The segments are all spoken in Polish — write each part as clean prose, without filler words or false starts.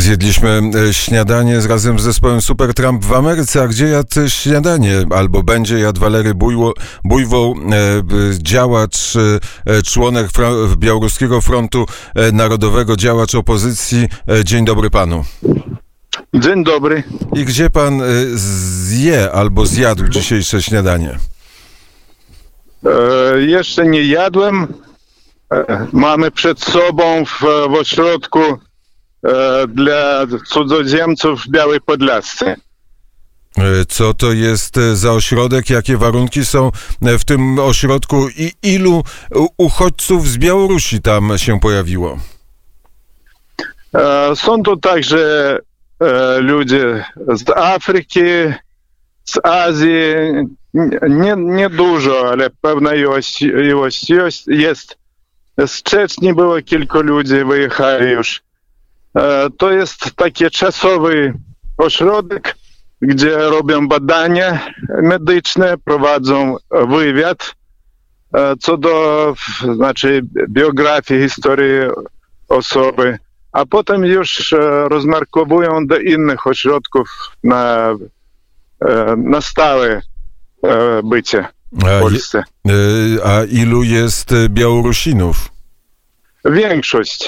Zjedliśmy śniadanie razem z zespołem Supertramp w Ameryce, a gdzie jadł śniadanie? Albo będzie jadł Walery Bujwoł, działacz, członek Białoruskiego Frontu Narodowego, działacz opozycji. Dzień dobry panu. Dzień dobry. I gdzie pan zje albo zjadł dzisiejsze śniadanie? Jeszcze nie jadłem. Mamy przed sobą w ośrodku dla cudzoziemców w Białej Podlasce. Co to jest za ośrodek? Jakie warunki są w tym ośrodku i ilu uchodźców z Białorusi tam się pojawiło? Są to także ludzie z Afryki, z Azji. Nie dużo, ale pewna ilość jest. Z Czeczni było kilku ludzi, wyjechali już. To jest taki czasowy ośrodek, gdzie robią badania medyczne, prowadzą wywiad co do biografii, historii osoby, a potem już rozmarkowują do innych ośrodków na stałe bycie w Polsce. A ilu jest Białorusinów? Większość.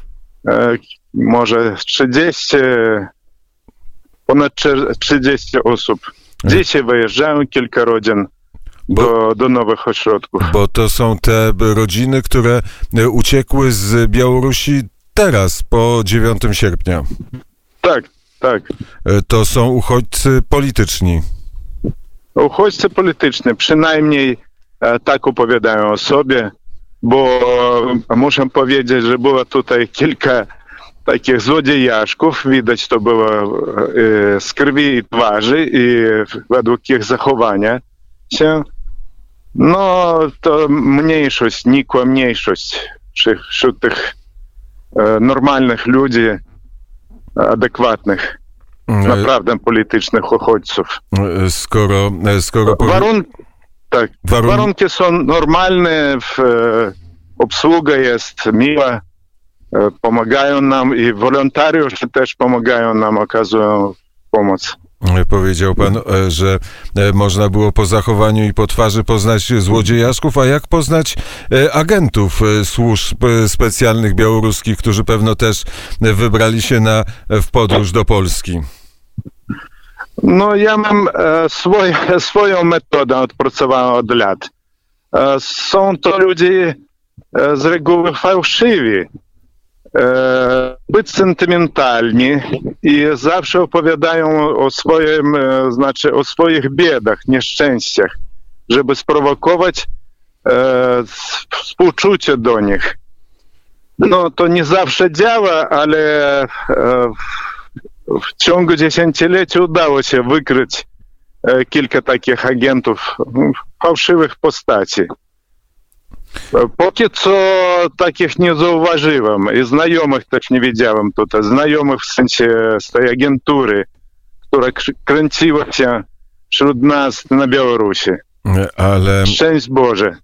Może 30, ponad 30 osób. Dzisiaj wyjeżdżają kilka rodzin do nowych ośrodków. Bo to są te rodziny, które uciekły z Białorusi teraz, po 9 sierpnia. Tak, tak. To są uchodźcy polityczni. Uchodźcy polityczni, przynajmniej tak opowiadają o sobie, bo muszę powiedzieć, że było tutaj kilka takich złodziejaszków, widać to było z krwi i twarzy i według ich zachowania się. No to mniejszość, nikła mniejszość wśród tych normalnych ludzi, adekwatnych, naprawdę politycznych uchodźców. Warunki są normalne, obsługa jest miła, pomagają nam i wolontariusze też pomagają nam, okazują pomoc. Powiedział pan, że można było po zachowaniu i po twarzy poznać złodziejaszków, a jak poznać agentów służb specjalnych białoruskich, którzy pewno też wybrali się w podróż do Polski? No ja mam swoją metodę odpracowaną od lat. Są to ludzie z reguły fałszywi, być sentymentalni i zawsze opowiadają o swoich biedach, nieszczęściach, żeby sprowokować współczucie do nich. No to nie zawsze działa, ale w ciągu dziesięcioleci udało się wykryć kilka takich agentów, fałszywych postaci. Póki co takich nie zauważyłem i znajomych też nie widziałem tutaj. Znajomych w sensie z tej agentury, która kręciła się wśród nas na Białorusi. Ale szczęść Boże.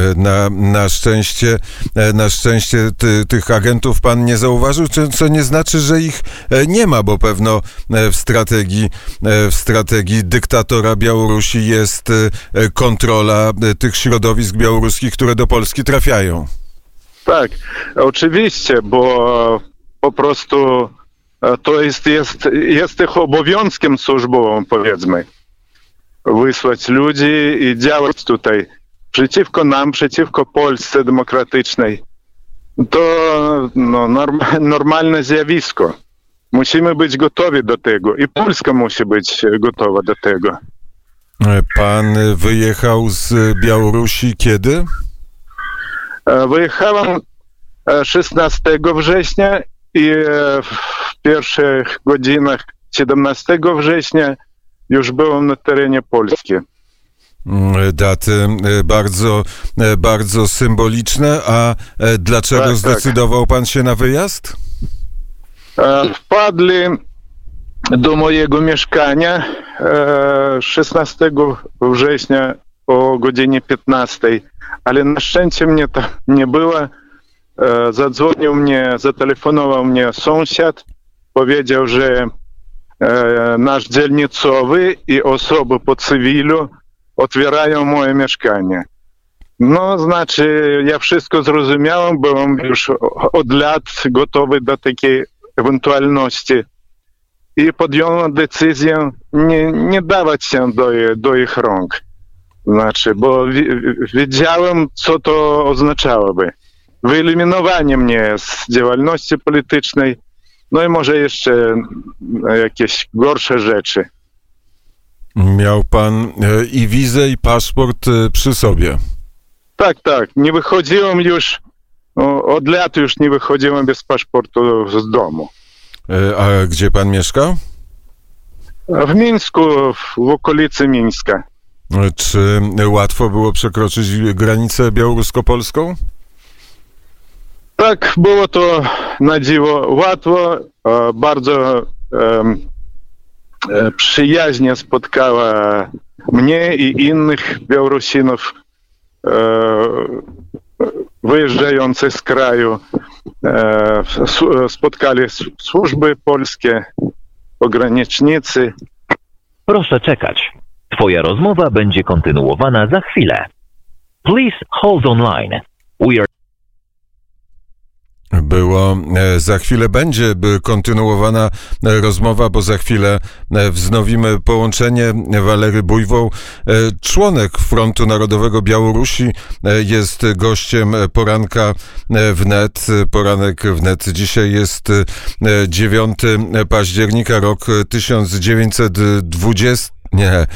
Na szczęście tych agentów pan nie zauważył, co nie znaczy, że ich nie ma, bo pewno w strategii dyktatora Białorusi jest kontrola tych środowisk białoruskich, które do Polski trafiają. Tak, oczywiście, bo po prostu to jest ich obowiązkiem służbowym, powiedzmy, wysłać ludzi i działać tutaj przeciwko nam, przeciwko Polsce demokratycznej. To normalne zjawisko. Musimy być gotowi do tego i Polska musi być gotowa do tego. Pan wyjechał z Białorusi kiedy? Wyjechałem 16 września i w pierwszych godzinach 17 września już byłem na terenie Polski. Daty bardzo, bardzo symboliczne. A dlaczego zdecydował pan się na wyjazd? Wpadli do mojego mieszkania 16 września o godzinie 15, ale na szczęście mnie tam nie było. Zatelefonował mnie sąsiad, powiedział, że nasz dzielnicowy i osoby po cywilu otwierają moje mieszkanie. No, znaczy, ja wszystko zrozumiałem, byłem już od lat gotowy do takiej ewentualności. I podjąłem decyzję nie dawać się do ich rąk. Znaczy, bo wiedziałem, co to oznaczałoby. Wyeliminowanie mnie z działalności politycznej, no i może jeszcze jakieś gorsze rzeczy. Miał pan i wizę, i paszport przy sobie. Tak. Nie wychodziłem już, od lat już nie wychodziłem bez paszportu z domu. A gdzie pan mieszka? W Mińsku, w okolicy Mińska. Czy łatwo było przekroczyć granicę białorusko-polską? Tak, było to na dziwo łatwo. Bardzo przyjaźnie spotkała mnie i innych Białorusinów wyjeżdżających z kraju. Spotkali służby polskie, pogranicznicy. Proszę czekać. Twoja rozmowa będzie kontynuowana za chwilę. Please hold online. We are... Za chwilę będzie kontynuowana rozmowa, bo za chwilę wznowimy połączenie. Walery Bujwoł, członek Frontu Narodowego Białorusi, jest gościem poranka wnet. Poranek wnet. Dzisiaj jest 9 października, rok 1920. Nie,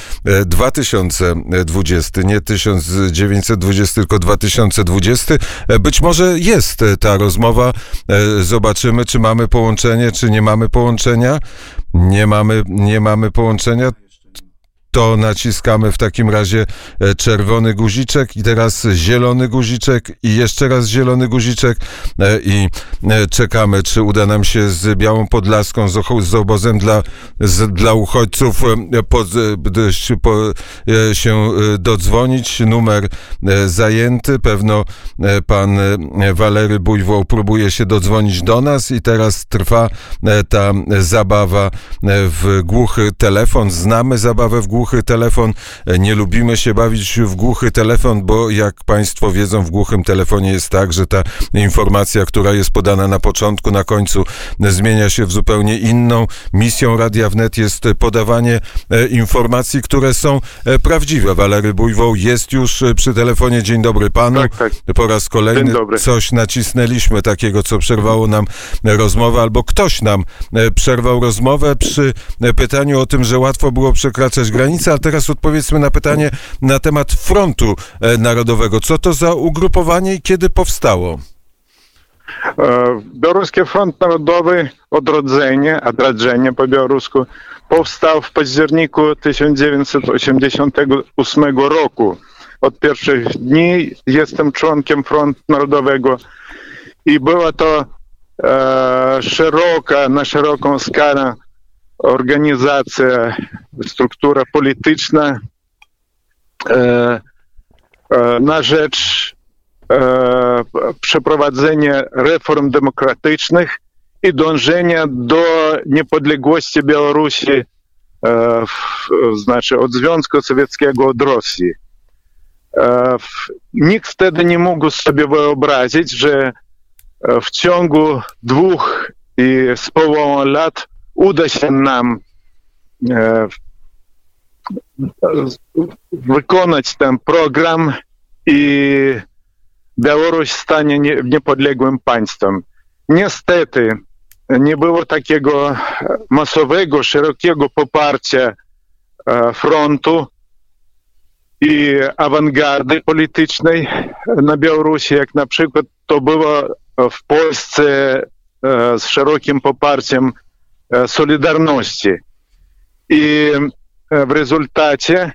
2020, nie 1920, tylko 2020. Być może jest ta rozmowa. Zobaczymy, czy mamy połączenie, czy nie mamy połączenia. Nie mamy połączenia. To naciskamy w takim razie czerwony guziczek i teraz zielony guziczek i jeszcze raz zielony guziczek i czekamy, czy uda nam się z Białą Podlaską, z obozem dla uchodźców się dodzwonić. Numer zajęty. Pewno pan Walery Bujwoł próbuje się dodzwonić do nas i teraz trwa ta zabawa w głuchy telefon. Znamy zabawę w głuchy telefon. Nie lubimy się bawić w głuchy telefon, bo jak państwo wiedzą, w głuchym telefonie jest tak, że ta informacja, która jest podana na początku, na końcu zmienia się w zupełnie inną. Misją Radia Wnet jest podawanie informacji, które są prawdziwe. Walery Bujwoł jest już przy telefonie. Dzień dobry panu. Tak. Po raz kolejny coś nacisnęliśmy takiego, co przerwało nam rozmowę, albo ktoś nam przerwał rozmowę przy pytaniu o tym, że łatwo było przekraczać granice. A teraz odpowiedzmy na pytanie na temat Frontu Narodowego. Co to za ugrupowanie i kiedy powstało? Białoruski Front Narodowy Odrodzenie po białorusku powstał w październiku 1988 roku. Od pierwszych dni jestem członkiem Frontu Narodowego i była to na szeroką skalę organizacja, struktura polityczna na rzecz przeprowadzenia reform demokratycznych i dążenia do niepodległości Białorusi, znaczy od Związku Sowieckiego, od Rosji. Nikt wtedy nie mógł sobie wyobrazić, że w ciągu 2,5 lat uda się nam wykonać ten program i Białoruś stanie niepodległym państwem. Niestety nie było takiego masowego, szerokiego poparcia frontu i awangardy politycznej na Białorusi, jak na przykład to było w Polsce z szerokim poparciem Solidarności. I w rezultacie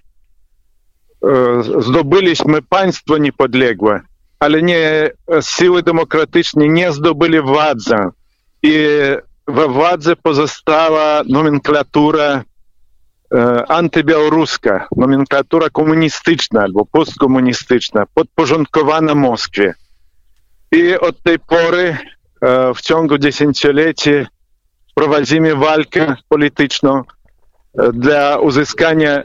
zdobyliśmy państwo niepodległe, ale siły demokratyczne nie zdobyli władzę. I we władzy pozostała nomenklatura antybiałoruska, nomenklatura komunistyczna albo postkomunistyczna, podporządkowana Moskwie. I od tej pory w ciągu dziesięcioleci prowadzimy walkę polityczną dla uzyskania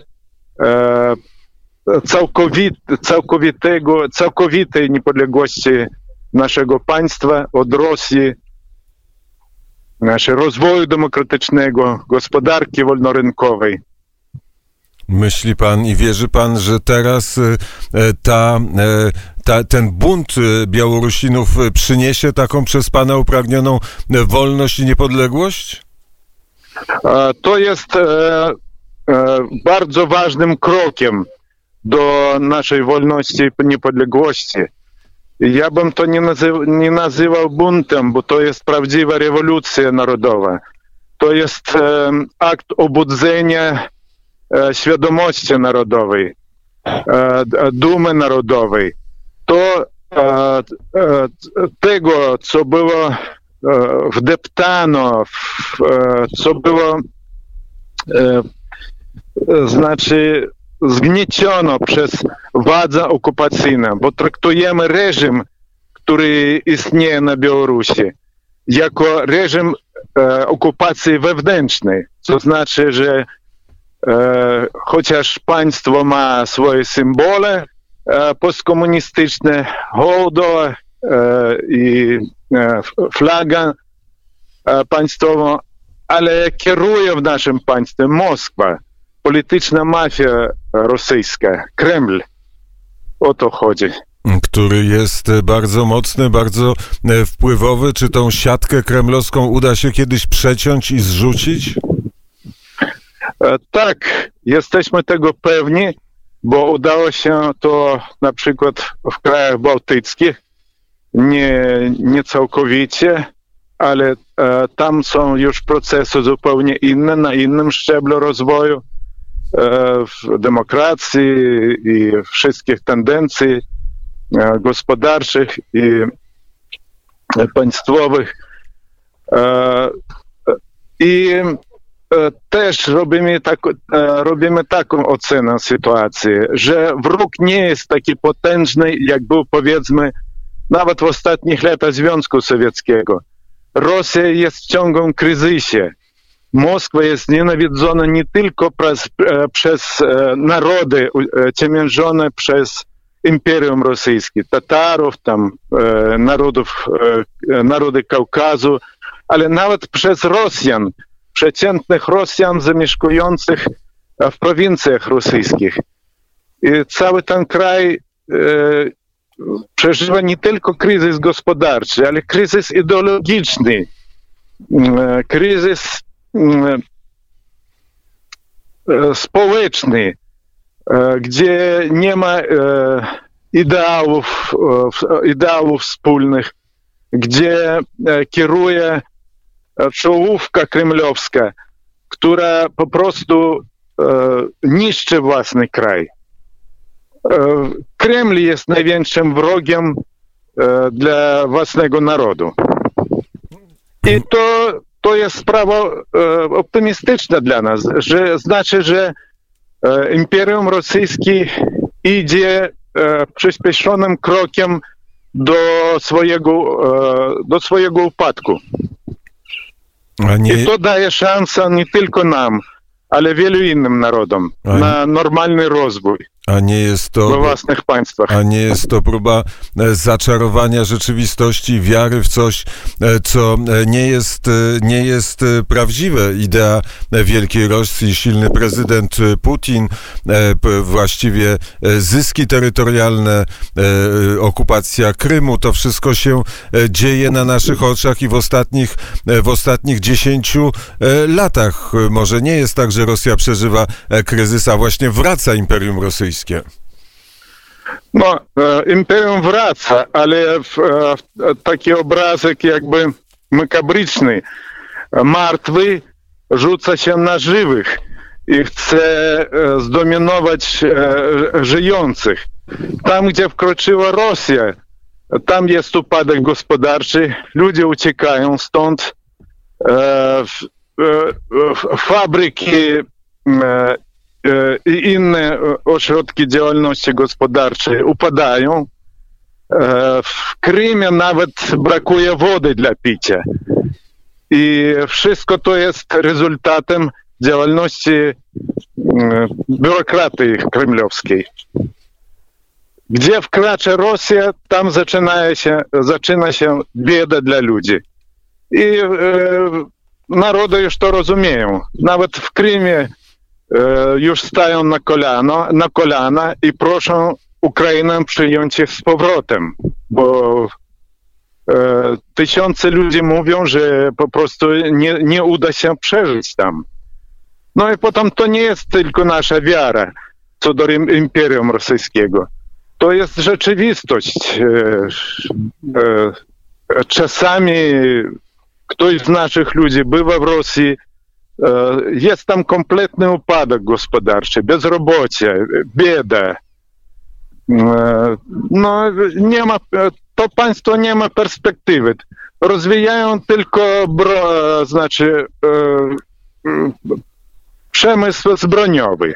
całkowitej niepodległości naszego państwa od Rosji, naszego rozwoju demokratycznego, gospodarki wolnorynkowej. Myśli pan i wierzy pan, że teraz ten bunt Białorusinów przyniesie taką przez pana upragnioną wolność i niepodległość? To jest bardzo ważnym krokiem do naszej wolności i niepodległości. Ja bym to nie nazywał buntem, bo to jest prawdziwa rewolucja narodowa. To jest akt obudzenia świadomości narodowej, dumy narodowej. To tego, co było wdeptano, co było zgnieciono przez władzę okupacyjną, bo traktujemy reżim, który istnieje na Białorusi, jako reżim okupacji wewnętrznej. To znaczy, że chociaż państwo ma swoje symbole postkomunistyczne, hołdo i flaga państwową, ale kieruje w naszym państwie Moskwa, polityczna mafia rosyjska, Kreml. O to chodzi. Który jest bardzo mocny, bardzo wpływowy. Czy tą siatkę kremlowską uda się kiedyś przeciąć i zrzucić? Tak, jesteśmy tego pewni, bo udało się to na przykład w krajach bałtyckich, nie całkowicie, ale tam są już procesy zupełnie inne, na innym szczeblu rozwoju, w demokracji i wszystkich tendencji gospodarczych i państwowych. I też robimy taką ocenę sytuacji, że wróg nie jest taki potężny, jak był, powiedzmy, nawet w ostatnich latach Związku Sowieckiego. Rosja jest w ciągłym kryzysie. Moskwa jest nienawidzona nie tylko przez narody ciemiężone przez Imperium Rosyjskie, Tatarów, narody Kaukazu, ale nawet przez Rosjan, przeciętnych Rosjan zamieszkujących w prowincjach rosyjskich. I cały ten kraj przeżywa nie tylko kryzys gospodarczy, ale kryzys ideologiczny, kryzys społeczny, gdzie nie ma ideałów wspólnych, gdzie kieruje czołówka kremlowska, która po prostu niszczy własny kraj. Kreml jest największym wrogiem dla własnego narodu. I to jest sprawa optymistyczna dla nas, że znaczy, że Imperium Rosyjskie idzie przyspieszonym krokiem do swojego upadku. I to daje szansę nie tylko nam, ale wielu innym narodom na normalny rozwój. A nie jest to, we własnych państwach. A nie jest to próba zaczarowania rzeczywistości, wiary w coś, co nie jest prawdziwe. Idea wielkiej Rosji, silny prezydent Putin, właściwie zyski terytorialne, okupacja Krymu, to wszystko się dzieje na naszych oczach i w ostatnich 10 latach. Może nie jest tak, że Rosja przeżywa kryzys, a właśnie wraca Imperium Rosyjskie. No, imperium wraca, ale taki obrazek jakby makabryczny. Martwy rzuca się na żywych i chce zdominować żyjących. Tam, gdzie wkroczyła Rosja, tam jest upadek gospodarczy, ludzie uciekają stąd, fabryki i inne ośrodki działalności gospodarczej upadają. W Krymie nawet brakuje wody dla picia. I wszystko to jest rezultatem działalności biurokratii kremlowskiej. Gdzie wkracza Rosja, tam zaczyna się bieda dla ludzi. I narody już to rozumieją. Nawet w Krymie już stają na kolana i proszą Ukrainę przyjąć ich z powrotem, bo tysiące ludzi mówią, że po prostu nie uda się przeżyć tam. No i potem to nie jest tylko nasza wiara co do Imperium Rosyjskiego. To jest rzeczywistość. Czasami ktoś z naszych ludzi bywa w Rosji, jest tam kompletny upadek gospodarczy, bezrobocie, bieda. No, to państwo nie ma perspektywy. Rozwijają tylko przemysł zbrojeniowy.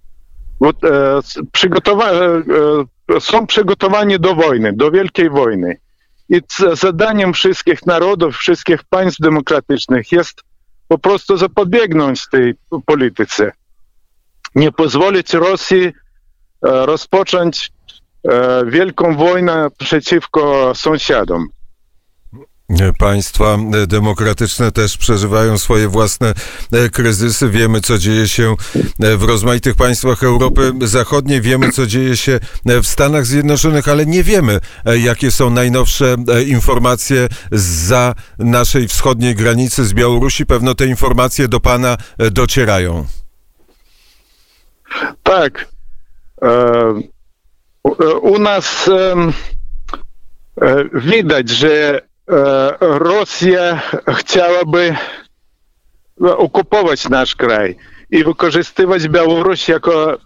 Są przygotowani do wojny, do wielkiej wojny. I zadaniem wszystkich narodów, wszystkich państw demokratycznych jest po prostu zapobiegnąć tej polityce. Nie pozwolić Rosji rozpocząć wielką wojnę przeciwko sąsiadom. Państwa demokratyczne też przeżywają swoje własne kryzysy. Wiemy, co dzieje się w rozmaitych państwach Europy Zachodniej. Wiemy, co dzieje się w Stanach Zjednoczonych, ale nie wiemy, jakie są najnowsze informacje zza naszej wschodniej granicy z Białorusi. Pewno te informacje do pana docierają. Tak. U nas widać, że Rosja chciałaby okupować nasz kraj i wykorzystywać Białoruś jako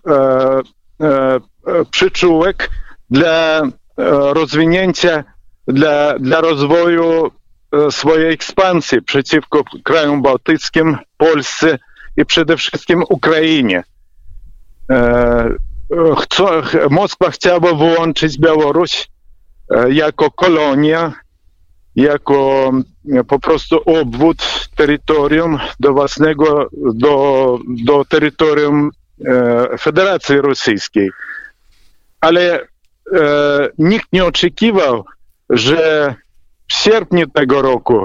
przyczółek dla rozwinięcia, dla rozwoju swojej ekspansji przeciwko krajom bałtyckim, Polsce i przede wszystkim Ukrainie. Moskwa chciała wyłączyć Białoruś jako kolonia, jako po prostu obwód terytorium do własnego, do terytorium Federacji Rosyjskiej. Ale nikt nie oczekiwał, że w sierpniu tego roku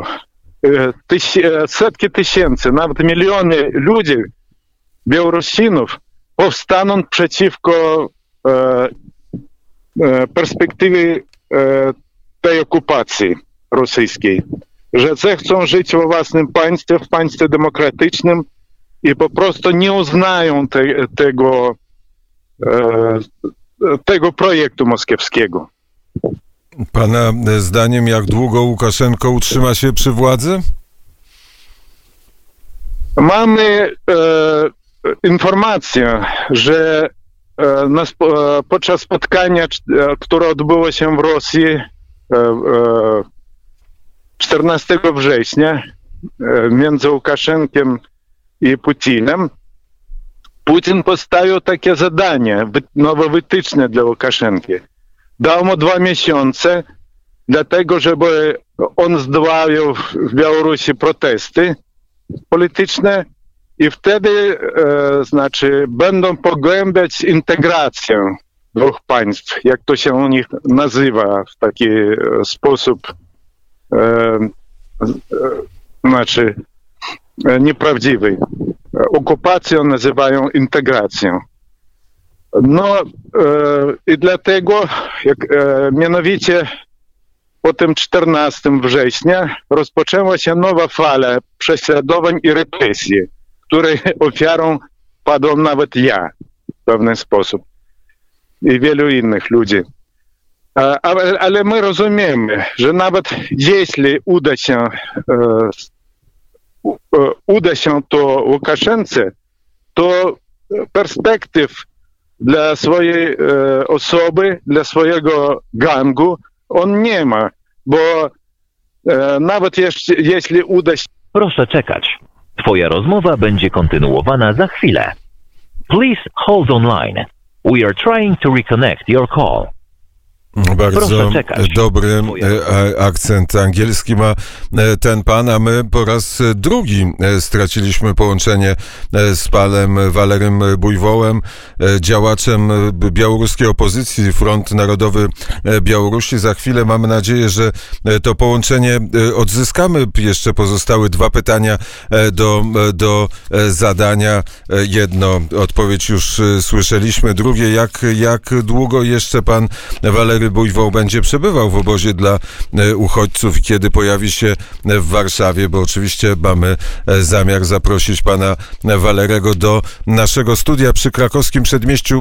setki tysięcy, nawet miliony ludzi, Białorusinów, powstaną przeciwko perspektywie tej okupacji rosyjskiej, że zechcą żyć we własnym państwie, w państwie demokratycznym i po prostu nie uznają tego projektu moskiewskiego. Pana zdaniem, jak długo Łukaszenko utrzyma się przy władzy? Mamy informację, że podczas spotkania, które odbyło się w Rosji 14 września między Łukaszenkiem i Putinem, Putin postawił takie zadanie, nowe wytyczne dla Łukaszenki. Dał mu 2 miesiące, dlatego żeby on zdławił w Białorusi protesty polityczne i wtedy będą pogłębiać integrację dwóch państw, jak to się u nich nazywa w taki sposób nieprawdziwy. Okupację nazywają integracją. No i dlatego, mianowicie po tym 14 września rozpoczęła się nowa fala prześladowań i represji, której ofiarą padłem nawet ja w pewien sposób i wielu innych ludzi. Ale my rozumiemy, że nawet jeśli uda się to Łukaszence, to perspektyw dla swojej osoby, dla swojego gangu on nie ma, bo nawet jeśli uda się... Proszę czekać. Twoja rozmowa będzie kontynuowana za chwilę. Please hold online. We are trying to reconnect your call. Bardzo Proszę czekać. dobry akcent angielski ma ten pan, a my po raz drugi straciliśmy połączenie z panem Walerym Bujwołem, działaczem białoruskiej opozycji, Front Narodowy Białorusi. Za chwilę mamy nadzieję, że to połączenie odzyskamy. Jeszcze pozostały dwa pytania do zadania. Jedno, odpowiedź już słyszeliśmy. Drugie, jak długo jeszcze pan Walery Bujwoł będzie przebywał w obozie dla uchodźców i kiedy pojawi się w Warszawie, bo oczywiście mamy zamiar zaprosić pana Walerego do naszego studia przy Krakowskim Przedmieściu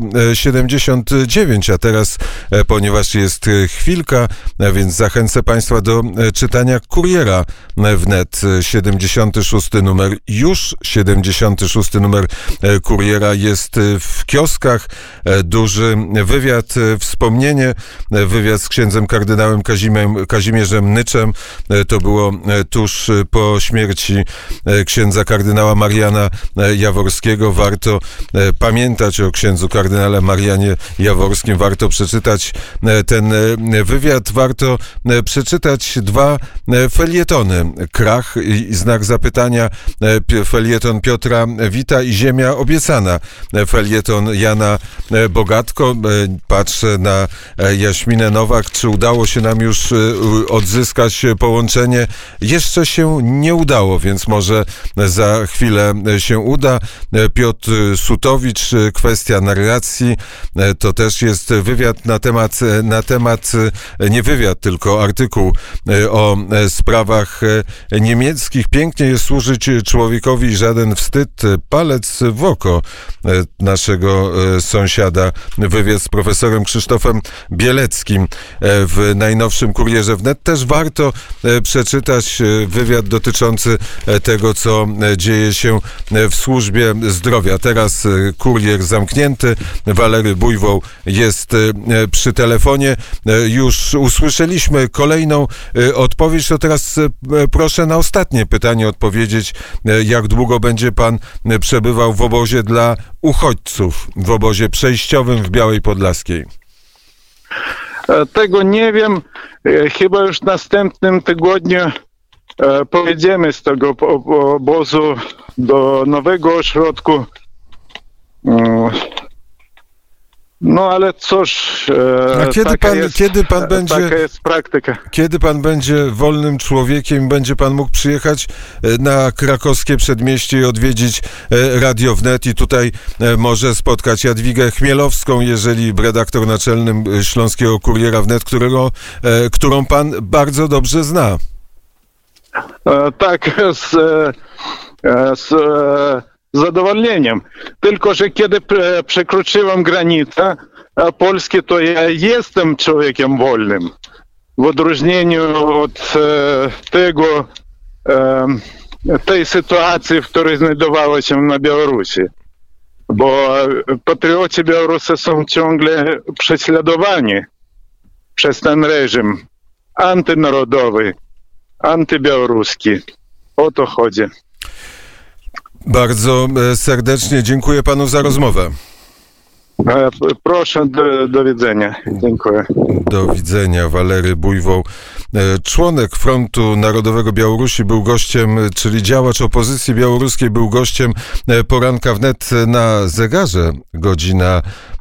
79, a teraz, ponieważ jest chwilka, więc zachęcę państwa do czytania Kuriera wnet. 76 numer, już 76 numer Kuriera jest w kioskach. Duży wywiad, wspomnienie, wywiad z księdzem kardynałem Kazimierzem Nyczem. To było tuż po śmierci księdza kardynała Mariana Jaworskiego. Warto pamiętać o księdzu kardynale Marianie Jaworskim. Warto przeczytać ten wywiad. Warto przeczytać dwa felietony. Krach i znak zapytania. Felieton Piotra Wita i Ziemia obiecana. Felieton Jana Bogatko. Patrzę na Jaśminę Nowak. Czy udało się nam już odzyskać połączenie? Jeszcze się nie udało, więc może za chwilę się uda. Piotr Sutowicz, kwestia narracji. To też jest wywiad na temat nie wywiad, tylko artykuł o sprawach niemieckich. Pięknie jest służyć człowiekowi i żaden wstyd. Palec w oko naszego sąsiada. Wywiad z profesorem Krzysztofem Bieleckim w najnowszym Kurierze wnet. Też warto przeczytać wywiad dotyczący tego, co dzieje się w służbie zdrowia. Teraz Kurier zamknięty. Walery Bujwoł jest przy telefonie. Już usłyszeliśmy kolejną odpowiedź, to teraz proszę na ostatnie pytanie odpowiedzieć. Jak długo będzie pan przebywał w obozie dla uchodźców, w obozie przejściowym w Białej Podlaskiej? Tego nie wiem. Chyba już w następnym tygodniu pojedziemy z tego obozu do nowego ośrodku. No ale cóż, taka jest praktyka. Kiedy pan będzie wolnym człowiekiem, będzie pan mógł przyjechać na Krakowskie Przedmieście i odwiedzić Radio Wnet i tutaj może spotkać Jadwigę Chmielowską, jeżeli redaktor naczelnym Śląskiego Kuriera wnet, którą pan bardzo dobrze zna. Tak, z zadowoleniem. Tylko że kiedy przekroczyłem granicę Polski, to ja jestem człowiekiem wolnym. W odróżnieniu od tej sytuacji, w której znajdowała się na Białorusi. Bo patrioci białoruscy są ciągle prześladowani przez ten reżim antynarodowy, antybiałoruski. O to chodzi. Bardzo serdecznie dziękuję panu za rozmowę. Proszę, do widzenia. Dziękuję. Do widzenia. Walery Bujwoł, członek Frontu Narodowego Białorusi, był gościem, czyli działacz opozycji białoruskiej, był gościem poranka wnet na zegarze. Godzina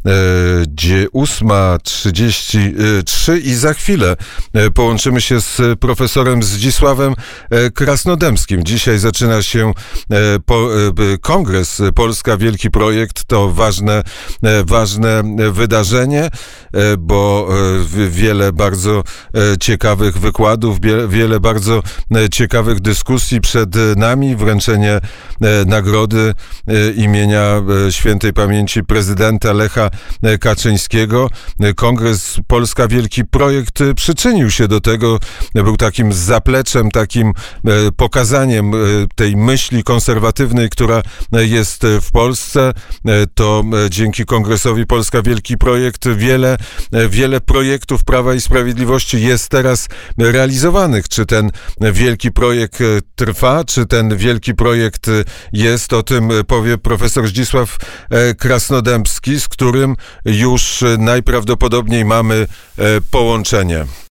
8:33 i za chwilę połączymy się z profesorem Zdzisławem Krasnodębskim. Dzisiaj zaczyna się kongres Polska Wielki Projekt. To ważne wydarzenie, bo wiele bardzo ciekawych wykładów, wiele bardzo ciekawych dyskusji przed nami, wręczenie nagrody imienia świętej pamięci prezydenta Lecha Kaczyńskiego. Kongres Polska Wielki Projekt przyczynił się do tego, był takim zapleczem, takim pokazaniem tej myśli konserwatywnej, która jest w Polsce. To dzięki Kongresowi Polska Wielki Projekt wiele projektów Prawa i Sprawiedliwości jest teraz realizowanych. Czy ten wielki projekt trwa, czy ten wielki projekt jest, o tym powie profesor Zdzisław Krasnodębski, z którym którym już najprawdopodobniej mamy połączenie.